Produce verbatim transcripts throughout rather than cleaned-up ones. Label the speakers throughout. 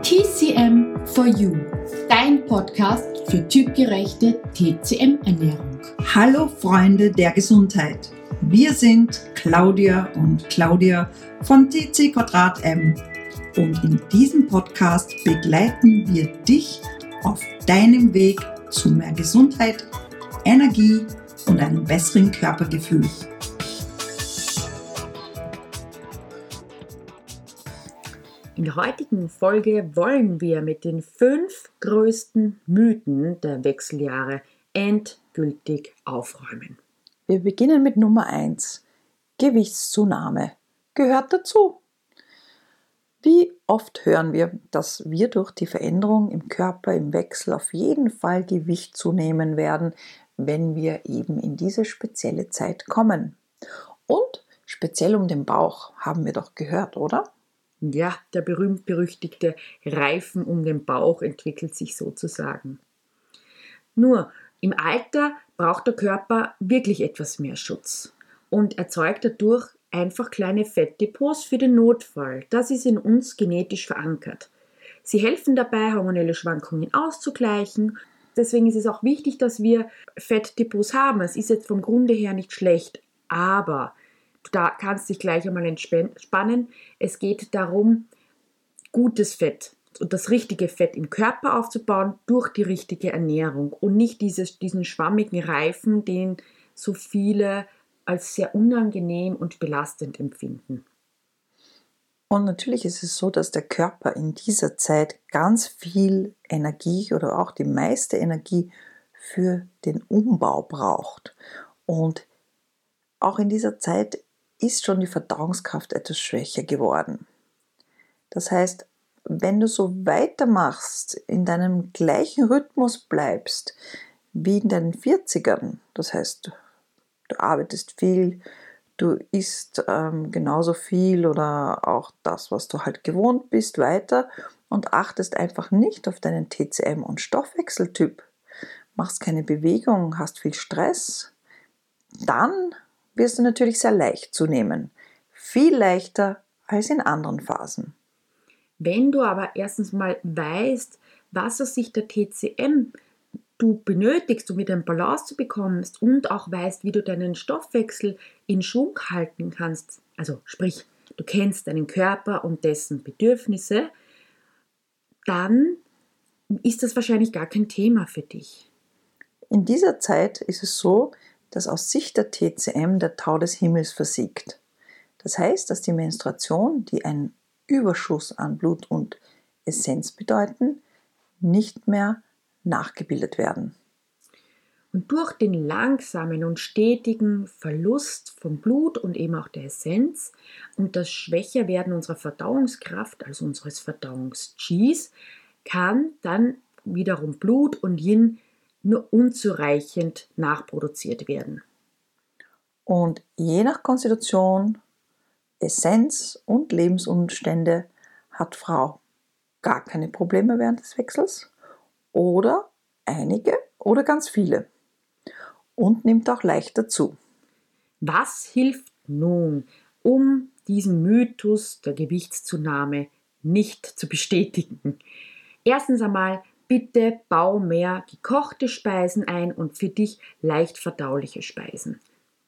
Speaker 1: T C M for You, dein Podcast für typgerechte T C M-Ernährung.
Speaker 2: Hallo Freunde der Gesundheit, wir sind Claudia und Claudia von T C Quadrat M und in diesem Podcast begleiten wir dich auf deinem Weg zu mehr Gesundheit, Energie und einem besseren Körpergefühl.
Speaker 3: In der heutigen Folge wollen wir mit den fünf größten Mythen der Wechseljahre endgültig aufräumen.
Speaker 4: Wir beginnen mit Nummer eins. Gewichtszunahme gehört dazu. Wie oft hören wir, dass wir durch die Veränderung im Körper im Wechsel auf jeden Fall Gewicht zunehmen werden, wenn wir eben in diese spezielle Zeit kommen. Und speziell um den Bauch haben wir doch gehört, oder?
Speaker 3: Ja, der berühmt-berüchtigte Reifen um den Bauch entwickelt sich sozusagen. Nur, im Alter braucht der Körper wirklich etwas mehr Schutz und erzeugt dadurch einfach kleine Fettdepots für den Notfall. Das ist in uns genetisch verankert. Sie helfen dabei, hormonelle Schwankungen auszugleichen. Deswegen ist es auch wichtig, dass wir Fettdepots haben. Es ist jetzt vom Grunde her nicht schlecht, aber da kannst du dich gleich einmal entspannen. Es geht darum, gutes Fett und das richtige Fett im Körper aufzubauen durch die richtige Ernährung und nicht dieses, diesen schwammigen Reifen, den so viele als sehr unangenehm und belastend empfinden.
Speaker 4: Und natürlich ist es so, dass der Körper in dieser Zeit ganz viel Energie oder auch die meiste Energie für den Umbau braucht. Und auch in dieser Zeit ist schon die Verdauungskraft etwas schwächer geworden. Das heißt, wenn du so weitermachst, in deinem gleichen Rhythmus bleibst wie in deinen vierzigern, das heißt, du arbeitest viel, du isst ähm, genauso viel oder auch das, was du halt gewohnt bist, weiter und achtest einfach nicht auf deinen T C M- und Stoffwechseltyp, machst keine Bewegung, hast viel Stress, dann wirst du natürlich sehr leicht zunehmen. Viel leichter als in anderen Phasen.
Speaker 3: Wenn du aber erstens mal weißt, was aus Sicht der T C M du benötigst, um wieder einen Balance zu bekommen und auch weißt, wie du deinen Stoffwechsel in Schwung halten kannst, also sprich, du kennst deinen Körper und dessen Bedürfnisse, dann ist das wahrscheinlich gar kein Thema für dich.
Speaker 4: In dieser Zeit ist es so, dass aus Sicht der T C M der Tau des Himmels versiegt. Das heißt, dass die Menstruation, die einen Überschuss an Blut und Essenz bedeuten, nicht mehr nachgebildet werden.
Speaker 3: Und durch den langsamen und stetigen Verlust von Blut und eben auch der Essenz und das Schwächerwerden unserer Verdauungskraft, also unseres Verdauungs-Qis, kann dann wiederum Blut und Yin nur unzureichend nachproduziert werden.
Speaker 4: Und je nach Konstitution, Essenz und Lebensumstände hat Frau gar keine Probleme während des Wechsels oder einige oder ganz viele und nimmt auch leichter zu.
Speaker 3: Was hilft nun, um diesen Mythos der Gewichtszunahme nicht zu bestätigen? Erstens einmal, bitte bau mehr gekochte Speisen ein und für dich leicht verdauliche Speisen.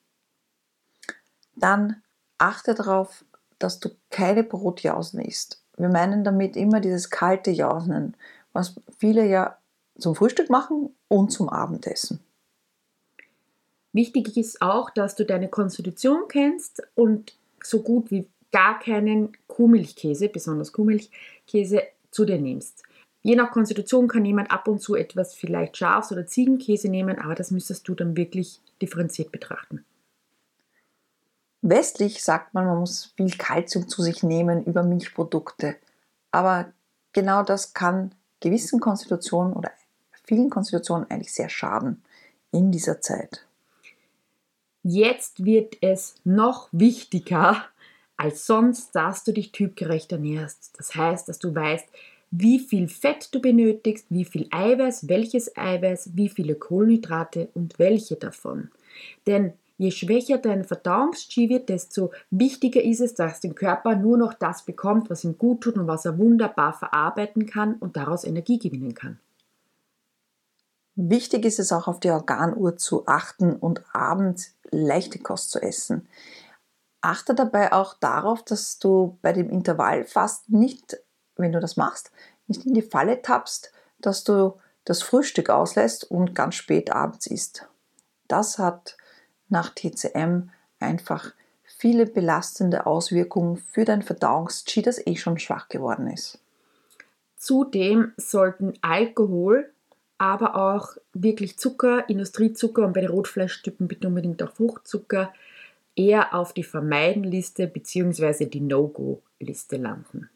Speaker 4: Dann achte darauf, dass du keine Brotjausen isst. Wir meinen damit immer dieses kalte Jausen, was viele ja zum Frühstück machen und zum Abendessen.
Speaker 3: Wichtig ist auch, dass du deine Konstitution kennst und so gut wie gar keinen Kuhmilchkäse, besonders Kuhmilchkäse, zu dir nimmst. Je nach Konstitution kann jemand ab und zu etwas vielleicht Schafs- oder Ziegenkäse nehmen, aber das müsstest du dann wirklich differenziert betrachten.
Speaker 4: Westlich sagt man, man muss viel Kalzium zu sich nehmen über Milchprodukte. Aber genau das kann gewissen Konstitutionen oder vielen Konstitutionen eigentlich sehr schaden in dieser Zeit.
Speaker 3: Jetzt wird es noch wichtiger als sonst, dass du dich typgerecht ernährst. Das heißt, dass du weißt, wie viel Fett du benötigst, wie viel Eiweiß, welches Eiweiß, wie viele Kohlenhydrate und welche davon. Denn Je schwächer dein Verdauungs-Qi wird, desto wichtiger ist es, dass der Körper nur noch das bekommt, was ihm gut tut und was er wunderbar verarbeiten kann und daraus Energie gewinnen kann.
Speaker 4: Wichtig ist es auch, auf die Organuhr zu achten und abends leichte Kost zu essen. Achte dabei auch darauf, dass du bei dem Intervallfasten nicht, wenn du das machst, nicht in die Falle tappst, dass du das Frühstück auslässt und ganz spät abends isst. Das hat nach T C M einfach viele belastende Auswirkungen für dein Verdauungs-Qi, das eh schon schwach geworden ist.
Speaker 3: Zudem sollten Alkohol, aber auch wirklich Zucker, Industriezucker und bei den Rotfleischtypen bitte unbedingt auch Fruchtzucker eher auf die Vermeiden-Liste bzw. die No-Go-Liste landen.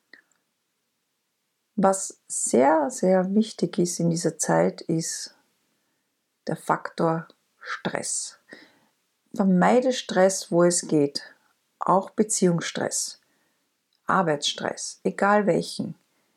Speaker 4: Was sehr, sehr wichtig ist in dieser Zeit, ist der Faktor Stress. Vermeide Stress, wo es geht, auch Beziehungsstress, Arbeitsstress, egal welchen.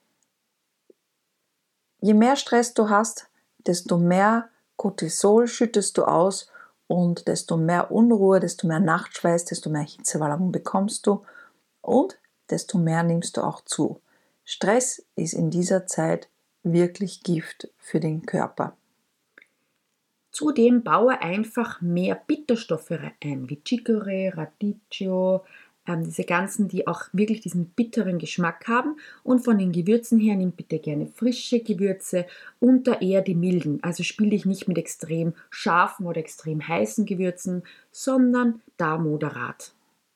Speaker 4: Je mehr Stress du hast, desto mehr Cortisol schüttest du aus und desto mehr Unruhe, desto mehr Nachtschweiß, desto mehr Hitzewallungen bekommst du und desto mehr nimmst du auch zu. Stress ist in dieser Zeit wirklich Gift für den Körper.
Speaker 3: Zudem baue einfach mehr Bitterstoffe ein, wie Chicorée, Radicchio, ähm, diese ganzen, die auch wirklich diesen bitteren Geschmack haben. Und von den Gewürzen her nimm bitte gerne frische Gewürze und da eher die milden. Also spiel dich nicht mit extrem scharfen oder extrem heißen Gewürzen, sondern da moderat.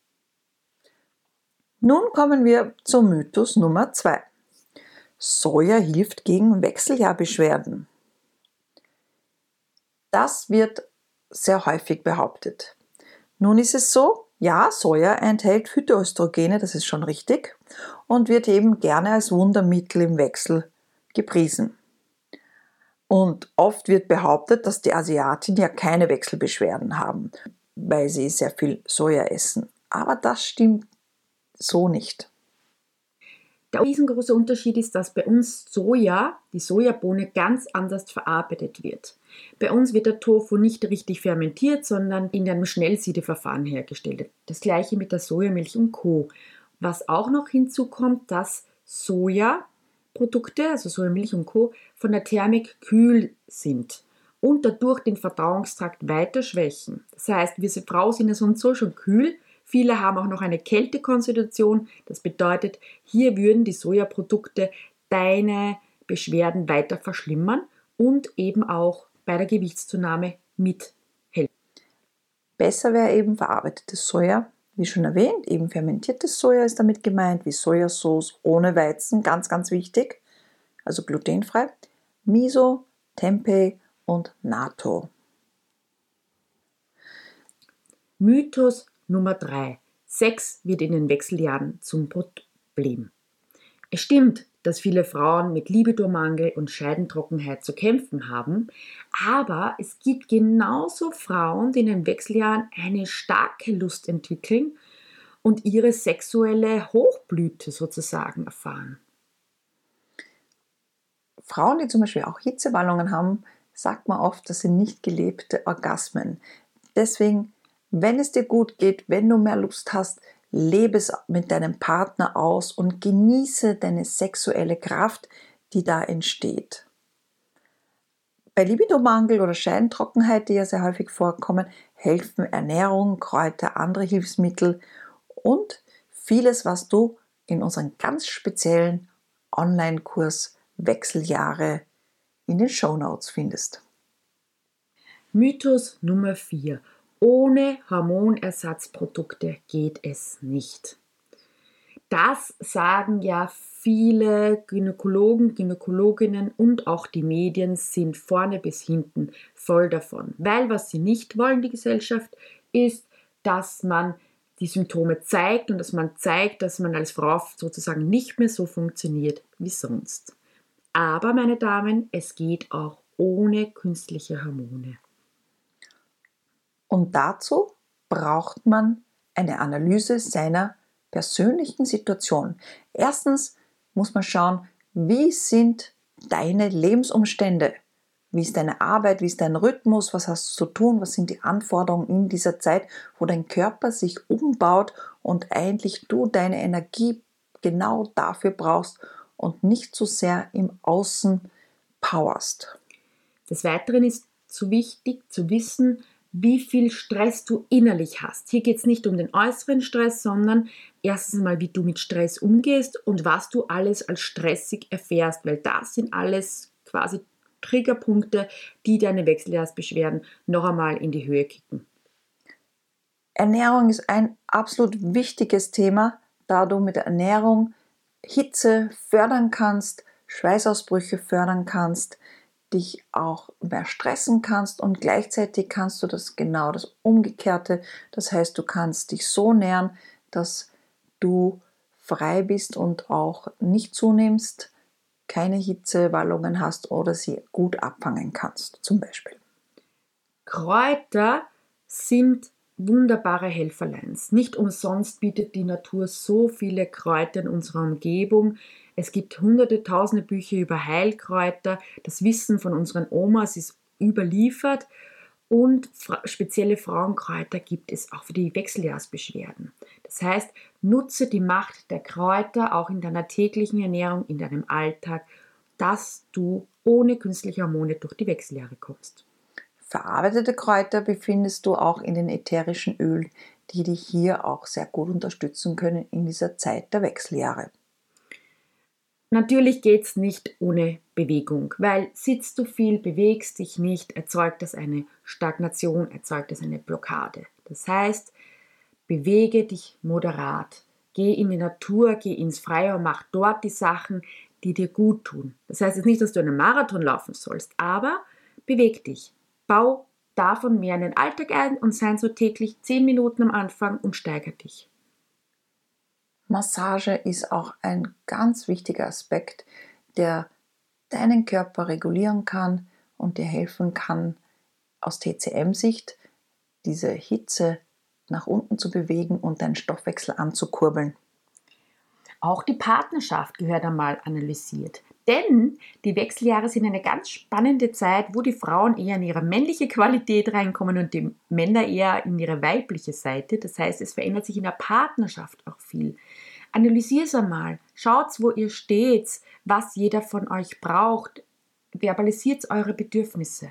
Speaker 4: Nun kommen wir zum Mythos Nummer zwei. Soja hilft gegen Wechseljahrbeschwerden. Das wird sehr häufig behauptet. Nun ist es so, ja, Soja enthält Phytoöstrogene, das ist schon richtig, und wird eben gerne als Wundermittel im Wechsel gepriesen. Und oft wird behauptet, dass die Asiatinnen ja keine Wechselbeschwerden haben, weil sie sehr viel Soja essen. Aber das stimmt so nicht.
Speaker 3: Der riesengroße Unterschied ist, dass bei uns Soja, die Sojabohne, ganz anders verarbeitet wird. Bei uns wird der Tofu nicht richtig fermentiert, sondern in einem Schnellsiedeverfahren hergestellt. Das gleiche mit der Sojamilch und Co. Was auch noch hinzukommt, dass Sojaprodukte, also Sojamilch und Co., von der Thermik kühl sind und dadurch den Verdauungstrakt weiter schwächen. Das heißt, wir Frauen sind ja sonst so schon kühl. Viele haben auch noch eine Kältekonstitution. Das bedeutet, hier würden die Sojaprodukte deine Beschwerden weiter verschlimmern und eben auch bei der Gewichtszunahme mithelfen.
Speaker 4: Besser wäre eben verarbeitetes Soja, wie schon erwähnt, eben fermentiertes Soja ist damit gemeint, wie Sojasauce ohne Weizen, ganz, ganz wichtig, also glutenfrei, Miso, Tempeh und Natto.
Speaker 3: Mythos Nummer drei. Sex wird in den Wechseljahren zum Problem. Es stimmt, dass viele Frauen mit Libidomangel und Scheidentrockenheit zu kämpfen haben, aber es gibt genauso Frauen, die in den Wechseljahren eine starke Lust entwickeln und ihre sexuelle Hochblüte sozusagen erfahren.
Speaker 4: Frauen, die zum Beispiel auch Hitzewallungen haben, sagt man oft, das sind nicht gelebte Orgasmen. Deswegen, wenn es dir gut geht, wenn du mehr Lust hast, lebe es mit deinem Partner aus und genieße deine sexuelle Kraft, die da entsteht. Bei Libidomangel oder Scheidentrockenheit, die ja sehr häufig vorkommen, helfen Ernährung, Kräuter, andere Hilfsmittel und vieles, was du in unserem ganz speziellen Online-Kurs Wechseljahre in den Shownotes findest.
Speaker 3: Mythos Nummer vier. Ohne Hormonersatzprodukte geht es nicht. Das sagen ja viele Gynäkologen, Gynäkologinnen und auch die Medien sind vorne bis hinten voll davon. Weil was sie nicht wollen, die Gesellschaft, ist, dass man die Symptome zeigt und dass man zeigt, dass man als Frau sozusagen nicht mehr so funktioniert wie sonst. Aber, meine Damen, es geht auch ohne künstliche Hormone.
Speaker 4: Und dazu braucht man eine Analyse seiner persönlichen Situation. Erstens muss man schauen, wie sind deine Lebensumstände? Wie ist deine Arbeit? Wie ist dein Rhythmus? Was hast du zu tun? Was sind die Anforderungen in dieser Zeit, wo dein Körper sich umbaut und eigentlich du deine Energie genau dafür brauchst und nicht so sehr im Außen powerst?
Speaker 3: Des Weiteren ist so wichtig zu wissen, wie viel Stress du innerlich hast. Hier geht es nicht um den äußeren Stress, sondern erstens einmal, wie du mit Stress umgehst und was du alles als stressig erfährst, weil das sind alles quasi Triggerpunkte, die deine Wechseljahresbeschwerden noch einmal in die Höhe kicken.
Speaker 4: Ernährung ist ein absolut wichtiges Thema, da du mit der Ernährung Hitze fördern kannst, Schweißausbrüche fördern kannst, dich auch mehr stressen kannst und gleichzeitig kannst du das genau das Umgekehrte. Das heißt, du kannst dich so nähren, dass du frei bist und auch nicht zunimmst, keine Hitzewallungen hast oder sie gut abfangen kannst, zum Beispiel.
Speaker 3: Kräuter sind wunderbare Helferleins. Nicht umsonst bietet die Natur so viele Kräuter in unserer Umgebung. Es gibt hunderte, tausende Bücher über Heilkräuter. Das Wissen von unseren Omas ist überliefert. Und spezielle Frauenkräuter gibt es auch für die Wechseljahrsbeschwerden. Das heißt, nutze die Macht der Kräuter auch in deiner täglichen Ernährung, in deinem Alltag, dass du ohne künstliche Hormone durch die Wechseljahre kommst.
Speaker 4: Verarbeitete Kräuter befindest du auch in den ätherischen Ölen, die dich hier auch sehr gut unterstützen können in dieser Zeit der Wechseljahre.
Speaker 3: Natürlich geht es nicht ohne Bewegung, weil sitzt du viel, bewegst dich nicht, erzeugt das eine Stagnation, erzeugt das eine Blockade. Das heißt, bewege dich moderat, geh in die Natur, geh ins Freie und mach dort die Sachen, die dir gut tun. Das heißt jetzt nicht, dass du einen Marathon laufen sollst, aber beweg dich. Bau davon mehr in den Alltag ein und sei so täglich zehn Minuten am Anfang und steigere dich.
Speaker 4: Massage ist auch ein ganz wichtiger Aspekt, der deinen Körper regulieren kann und dir helfen kann, aus T C M-Sicht diese Hitze nach unten zu bewegen und deinen Stoffwechsel anzukurbeln.
Speaker 3: Auch die Partnerschaft gehört einmal analysiert. Denn die Wechseljahre sind eine ganz spannende Zeit, wo die Frauen eher in ihre männliche Qualität reinkommen und die Männer eher in ihre weibliche Seite. Das heißt, es verändert sich in der Partnerschaft auch viel. Analysiert es einmal, schaut, wo ihr steht, was jeder von euch braucht, verbalisiert eure Bedürfnisse.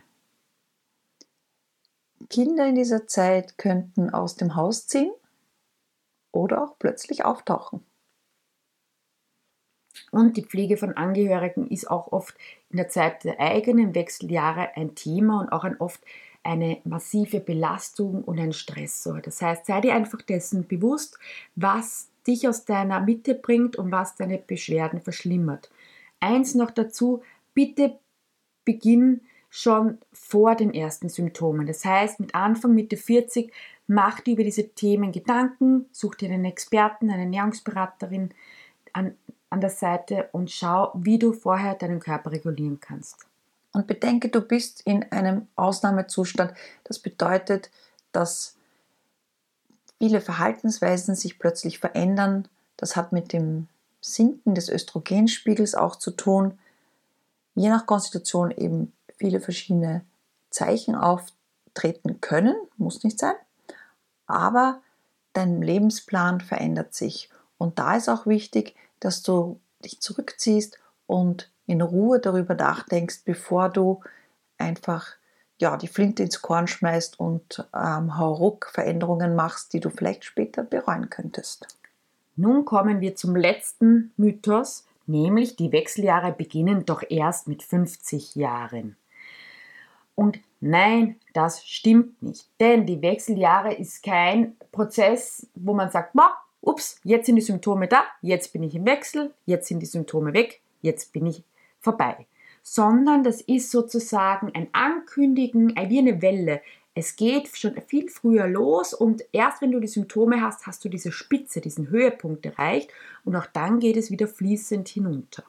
Speaker 4: Kinder in dieser Zeit könnten aus dem Haus ziehen oder auch plötzlich auftauchen.
Speaker 3: Und die Pflege von Angehörigen ist auch oft in der Zeit der eigenen Wechseljahre ein Thema und auch ein oft eine massive Belastung und ein Stressor. Das heißt, sei dir einfach dessen bewusst, was dich aus deiner Mitte bringt und was deine Beschwerden verschlimmert. Eins noch dazu, bitte beginn schon vor den ersten Symptomen. Das heißt, mit Anfang, Mitte vierzig, mach dir über diese Themen Gedanken, such dir einen Experten, eine Ernährungsberaterin an, an der Seite und schau, wie du vorher deinen Körper regulieren kannst.
Speaker 4: Und bedenke, du bist in einem Ausnahmezustand. Das bedeutet, dass viele Verhaltensweisen sich plötzlich verändern. Das hat mit dem Sinken des Östrogenspiegels auch zu tun. Je nach Konstitution eben viele verschiedene Zeichen auftreten können, muss nicht sein, aber dein Lebensplan verändert sich. Und da ist auch wichtig, dass du dich zurückziehst und in Ruhe darüber nachdenkst, bevor du einfach ja, die Flinte ins Korn schmeißt und ähm, hauruck Veränderungen machst, die du vielleicht später bereuen könntest.
Speaker 3: Nun kommen wir zum letzten Mythos, nämlich die Wechseljahre beginnen doch erst mit fünfzig Jahren. Und nein, das stimmt nicht, denn die Wechseljahre ist kein Prozess, wo man sagt, ups, jetzt sind die Symptome da, jetzt bin ich im Wechsel, jetzt sind die Symptome weg, jetzt bin ich vorbei. Sondern das ist sozusagen ein Ankündigen, wie eine Welle. Es geht schon viel früher los und erst wenn du die Symptome hast, hast du diese Spitze, diesen Höhepunkt erreicht und auch dann geht es wieder fließend hinunter.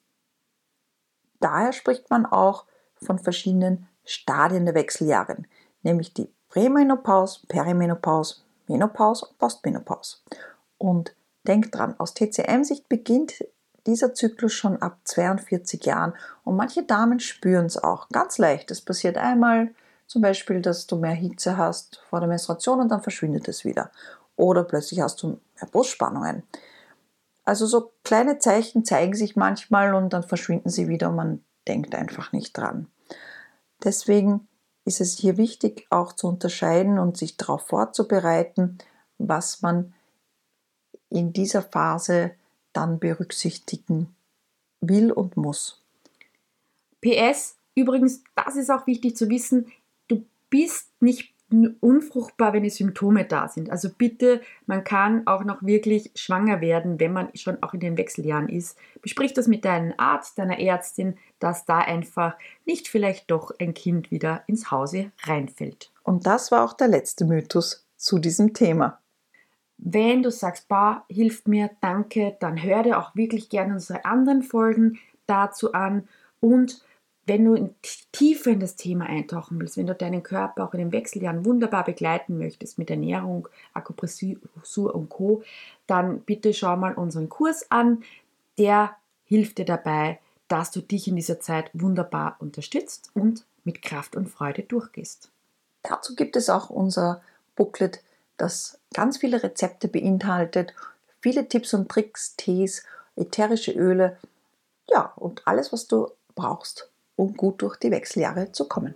Speaker 4: Daher spricht man auch von verschiedenen Stadien der Wechseljahre, nämlich die Prämenopause, Perimenopause, Menopause und Postmenopause. Und denk dran, aus T C M-Sicht beginnt dieser Zyklus schon ab zweiundvierzig Jahren und manche Damen spüren es auch ganz leicht. Es passiert einmal zum Beispiel, dass du mehr Hitze hast vor der Menstruation und dann verschwindet es wieder. Oder plötzlich hast du mehr Brustspannungen. Also so kleine Zeichen zeigen sich manchmal und dann verschwinden sie wieder und man denkt einfach nicht dran. Deswegen ist es hier wichtig, auch zu unterscheiden und sich darauf vorzubereiten, was man in dieser Phase dann berücksichtigen will und muss.
Speaker 3: P S, übrigens, das ist auch wichtig zu wissen, du bist nicht unfruchtbar, wenn die Symptome da sind. Also bitte, man kann auch noch wirklich schwanger werden, wenn man schon auch in den Wechseljahren ist. Besprich das mit deinem Arzt, deiner Ärztin, dass da einfach nicht vielleicht doch ein Kind wieder ins Hause reinfällt.
Speaker 4: Und das war auch der letzte Mythos zu diesem Thema.
Speaker 3: Wenn du sagst, bah, hilft mir, danke, dann hör dir auch wirklich gerne unsere anderen Folgen dazu an. Und wenn du in tiefer in das Thema eintauchen willst, wenn du deinen Körper auch in den Wechseljahren wunderbar begleiten möchtest mit Ernährung, Akupressur und Co., dann bitte schau mal unseren Kurs an. Der hilft dir dabei, dass du dich in dieser Zeit wunderbar unterstützt und mit Kraft und Freude durchgehst.
Speaker 4: Dazu gibt es auch unser Booklet, das ganz viele Rezepte beinhaltet, viele Tipps und Tricks, Tees, ätherische Öle, ja, und alles, was du brauchst, um gut durch die Wechseljahre zu kommen.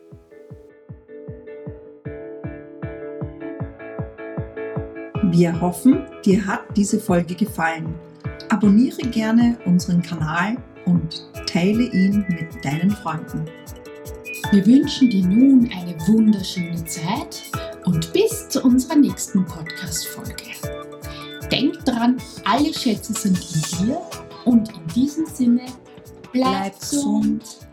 Speaker 2: Wir hoffen, dir hat diese Folge gefallen. Abonniere gerne unseren Kanal und teile ihn mit deinen Freunden.
Speaker 1: Wir wünschen dir nun eine wunderschöne Zeit und bis zu unserer nächsten Podcast-Folge. Denk dran, alle Schätze sind in dir und in diesem Sinne, bleib gesund.